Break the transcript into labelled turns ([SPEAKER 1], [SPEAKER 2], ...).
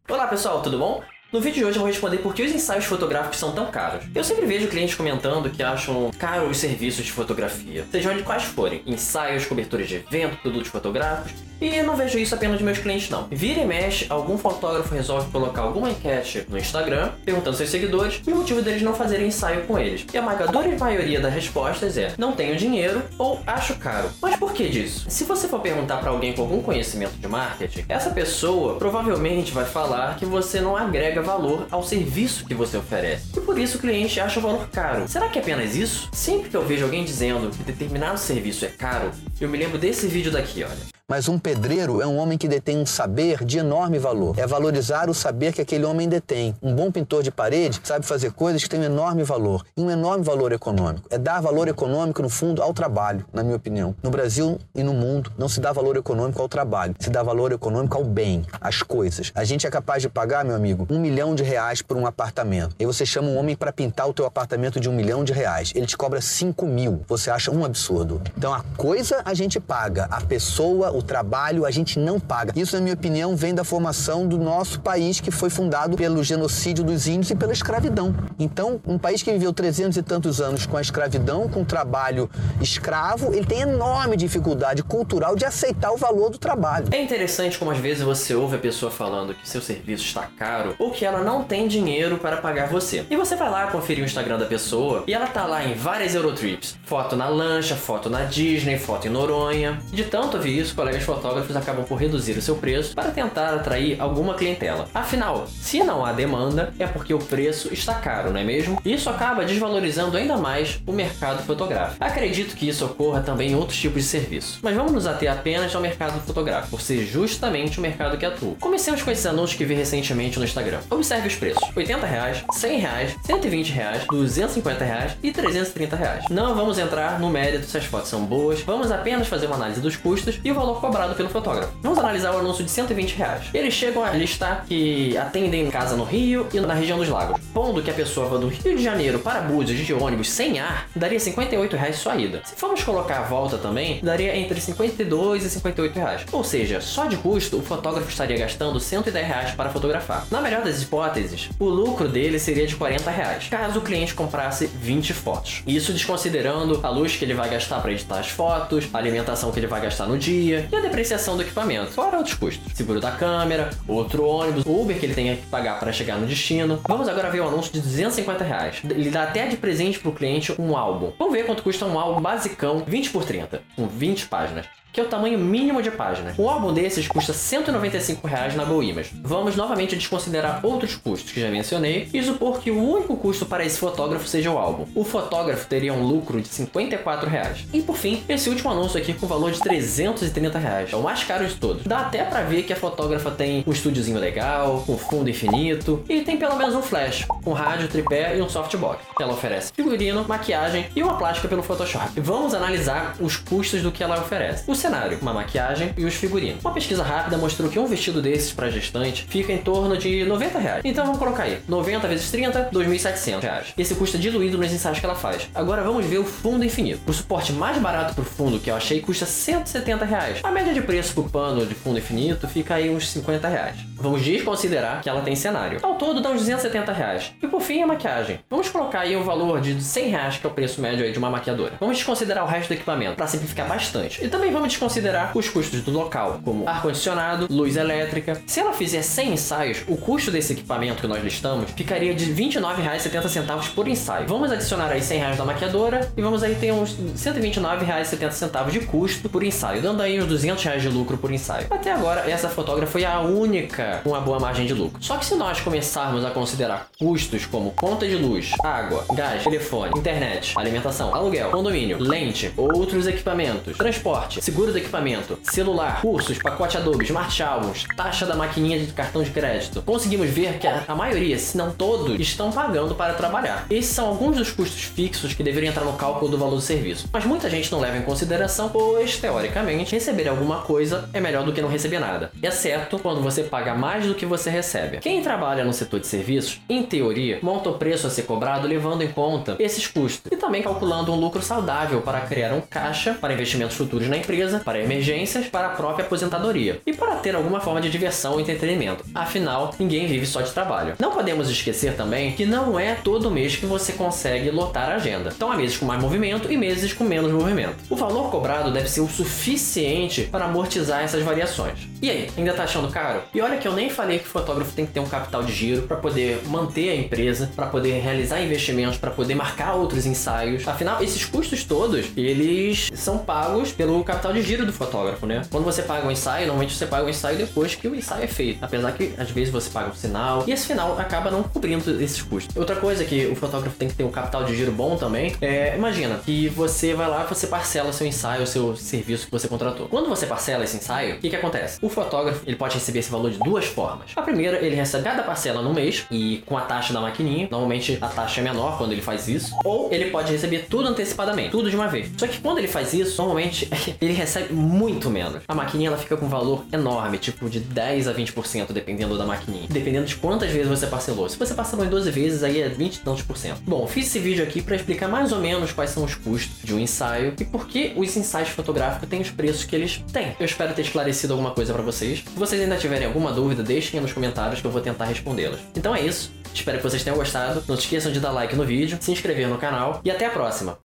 [SPEAKER 1] Olá pessoal, tudo bom? No vídeo de hoje eu vou responder por que os ensaios fotográficos são tão caros. Eu sempre vejo clientes comentando que acham caros os serviços de fotografia, sejam de quais forem, ensaios, coberturas de evento, produtos fotográficos, e eu não vejo isso apenas de meus clientes não. Vira e mexe, algum fotógrafo resolve colocar alguma enquete no Instagram, perguntando aos seus seguidores e o motivo deles não fazerem ensaio com eles. E a esmagadora maioria das respostas é: não tenho dinheiro ou acho caro. Mas por que disso? Se você for perguntar para alguém com algum conhecimento de marketing, essa pessoa provavelmente vai falar que você não agrega valor ao serviço que você oferece. E por isso o cliente acha o valor caro. Será que é apenas isso? Sempre que eu vejo alguém dizendo que determinado serviço é caro, eu me lembro desse vídeo daqui, olha.
[SPEAKER 2] Mas um pedreiro é um homem que detém um saber de enorme valor. É valorizar o saber que aquele homem detém. Um bom pintor de parede sabe fazer coisas que têm um enorme valor. E um enorme valor econômico. É dar valor econômico, no fundo, ao trabalho, na minha opinião. No Brasil e no mundo, não se dá valor econômico ao trabalho. Se dá valor econômico ao bem, às coisas. A gente é capaz de pagar, meu amigo, R$1 milhão por um apartamento. E você chama um homem para pintar o teu apartamento de R$1 milhão. Ele te cobra 5 mil. Você acha um absurdo. Então a coisa a gente paga. A pessoa, o trabalho, a gente não paga. Isso, na minha opinião, vem da formação do nosso país, que foi fundado pelo genocídio dos índios e pela escravidão. Então, um país que viveu 300 e tantos anos com a escravidão, com o trabalho escravo, ele tem enorme dificuldade cultural de aceitar o valor do trabalho.
[SPEAKER 1] É interessante como às vezes você ouve a pessoa falando que seu serviço está caro ou que ela não tem dinheiro para pagar você. E você vai lá conferir o Instagram da pessoa e ela tá lá em várias Eurotrips. Foto na lancha, foto na Disney, foto em Noronha. De tanto ouvir isso, colegas fotógrafos acabam por reduzir o seu preço para tentar atrair alguma clientela. Afinal, se não há demanda, é porque o preço está caro, não é mesmo? Isso acaba desvalorizando ainda mais o mercado fotográfico. Acredito que isso ocorra também em outros tipos de serviço. Mas vamos nos ater apenas ao mercado fotográfico, por ser justamente o mercado que atua. Comecemos com esses anúncios que vi recentemente no Instagram. Observe os preços: R$80, R$100, R$120, R$250 e R$330. Não vamos entrar no mérito se as fotos são boas, vamos apenas fazer uma análise dos custos e o valor cobrado pelo fotógrafo. Vamos analisar o anúncio de R$120. Eles chegam a listar que atendem casa no Rio e na região dos lagos. Pondo que a pessoa vai do Rio de Janeiro para Búzios de ônibus sem ar, daria R$58 só a ida. Se formos colocar a volta também, daria entre R$52 e R$58. Ou seja, só de custo, o fotógrafo estaria gastando R$110 para fotografar. Na melhor das hipóteses, o lucro dele seria de R$40, caso o cliente comprasse 20 fotos. Isso desconsiderando a luz que ele vai gastar para editar as fotos, a alimentação que ele vai gastar no dia e a depreciação do equipamento, fora outros custos. Seguro da câmera, outro ônibus, o Uber que ele tenha que pagar para chegar no destino. Vamos agora ver o anúncio de R$250. Ele dá até de presente para o cliente um álbum. Vamos ver quanto custa um álbum basicão 20x30, com 20 páginas. Que é o tamanho mínimo de páginas. Um álbum desses custa R$195 na GoImage. Vamos novamente desconsiderar outros custos que já mencionei e supor que o único custo para esse fotógrafo seja o álbum. O fotógrafo teria um lucro de R$54. E por fim, esse último anúncio aqui com valor de R$330. É o mais caro de todos. Dá até pra ver que a fotógrafa tem um estúdiozinho legal, com fundo infinito e tem pelo menos um flash, com rádio, tripé e um softbox. Ela oferece figurino, maquiagem e uma plástica pelo Photoshop. Vamos analisar os custos do que ela oferece. O cenário, uma maquiagem e os figurinos. Uma pesquisa rápida mostrou que um vestido desses para gestante fica em torno de R$90. Então vamos colocar aí, 90 vezes 30, R$2.700. Esse custo é diluído nos ensaios que ela faz. Agora vamos ver o fundo infinito. O suporte mais barato pro fundo que eu achei custa R$170. A média de preço pro pano de fundo infinito fica aí uns R$50. Vamos desconsiderar que ela tem cenário. Ao todo dá uns R$270. E por fim a maquiagem. Vamos colocar aí o valor de R$100, que é o preço médio aí de uma maquiadora. Vamos desconsiderar o resto do equipamento para simplificar bastante. E também vamos desconsiderar os custos do local, como ar-condicionado, luz elétrica. Se ela fizer 100 ensaios, o custo desse equipamento que nós listamos ficaria de R$29,70 por ensaio. Vamos adicionar aí R$100 da maquiadora e vamos aí ter uns R$129,70 de custo por ensaio, dando aí uns R$200 de lucro por ensaio. Até agora, essa fotógrafa foi a única com uma boa margem de lucro. Só que se nós começarmos a considerar custos como conta de luz, água, gás, telefone, internet, alimentação, aluguel, condomínio, lente, outros equipamentos, transporte, seguro do equipamento, celular, cursos, pacote Adobe, Smart Albums, taxa da maquininha de cartão de crédito, conseguimos ver que a maioria, se não todos, estão pagando para trabalhar. Esses são alguns dos custos fixos que deveriam entrar no cálculo do valor do serviço, mas muita gente não leva em consideração, pois, teoricamente, receber receber alguma coisa é melhor do que não receber nada, exceto quando você paga mais do que você recebe. Quem trabalha no setor de serviços, em teoria, monta o preço a ser cobrado levando em conta esses custos e também calculando um lucro saudável para criar um caixa para investimentos futuros na empresa, para emergências, para a própria aposentadoria e para ter alguma forma de diversão ou entretenimento. Afinal, ninguém vive só de trabalho. Não podemos esquecer também que não é todo mês que você consegue lotar a agenda. Então há meses com mais movimento e meses com menos movimento. O valor cobrado deve ser o suficiente para amortizar essas variações. E aí, ainda tá achando caro? E olha que eu nem falei que o fotógrafo tem que ter um capital de giro para poder manter a empresa, para poder realizar investimentos, para poder marcar outros ensaios. Afinal, esses custos todos, eles são pagos pelo capital de giro do fotógrafo, né? Quando você paga um ensaio, normalmente você paga o ensaio depois que o ensaio é feito. Apesar que, às vezes, você paga um sinal e esse final acaba não cobrindo esses custos. Outra coisa que o fotógrafo tem que ter um capital de giro bom também imagina que você vai lá, você parcela o seu ensaio, o seu serviço que você contratou. Quando você parcela esse ensaio, o que acontece? O fotógrafo, ele pode receber esse valor de duas formas. A primeira, ele recebe cada parcela no mês e com a taxa da maquininha. Normalmente a taxa é menor quando ele faz isso. Ou ele pode receber tudo antecipadamente, tudo de uma vez. Só que quando ele faz isso, normalmente ele recebe muito menos. A maquininha, ela fica com um valor enorme, tipo de 10 a 20%, dependendo da maquininha. Dependendo de quantas vezes você parcelou. Se você parcelou em 12 vezes, aí é 20 e tantos por cento. Bom, fiz esse vídeo aqui para explicar mais ou menos quais são os custos de um ensaio e por que os ensaios fotográficos têm os preços que eles têm. Eu espero ter esclarecido alguma coisa para vocês. Se vocês ainda tiverem alguma dúvida, deixem nos comentários que eu vou tentar respondê-las. Então é isso. Espero que vocês tenham gostado. Não se esqueçam de dar like no vídeo, se inscrever no canal e até a próxima!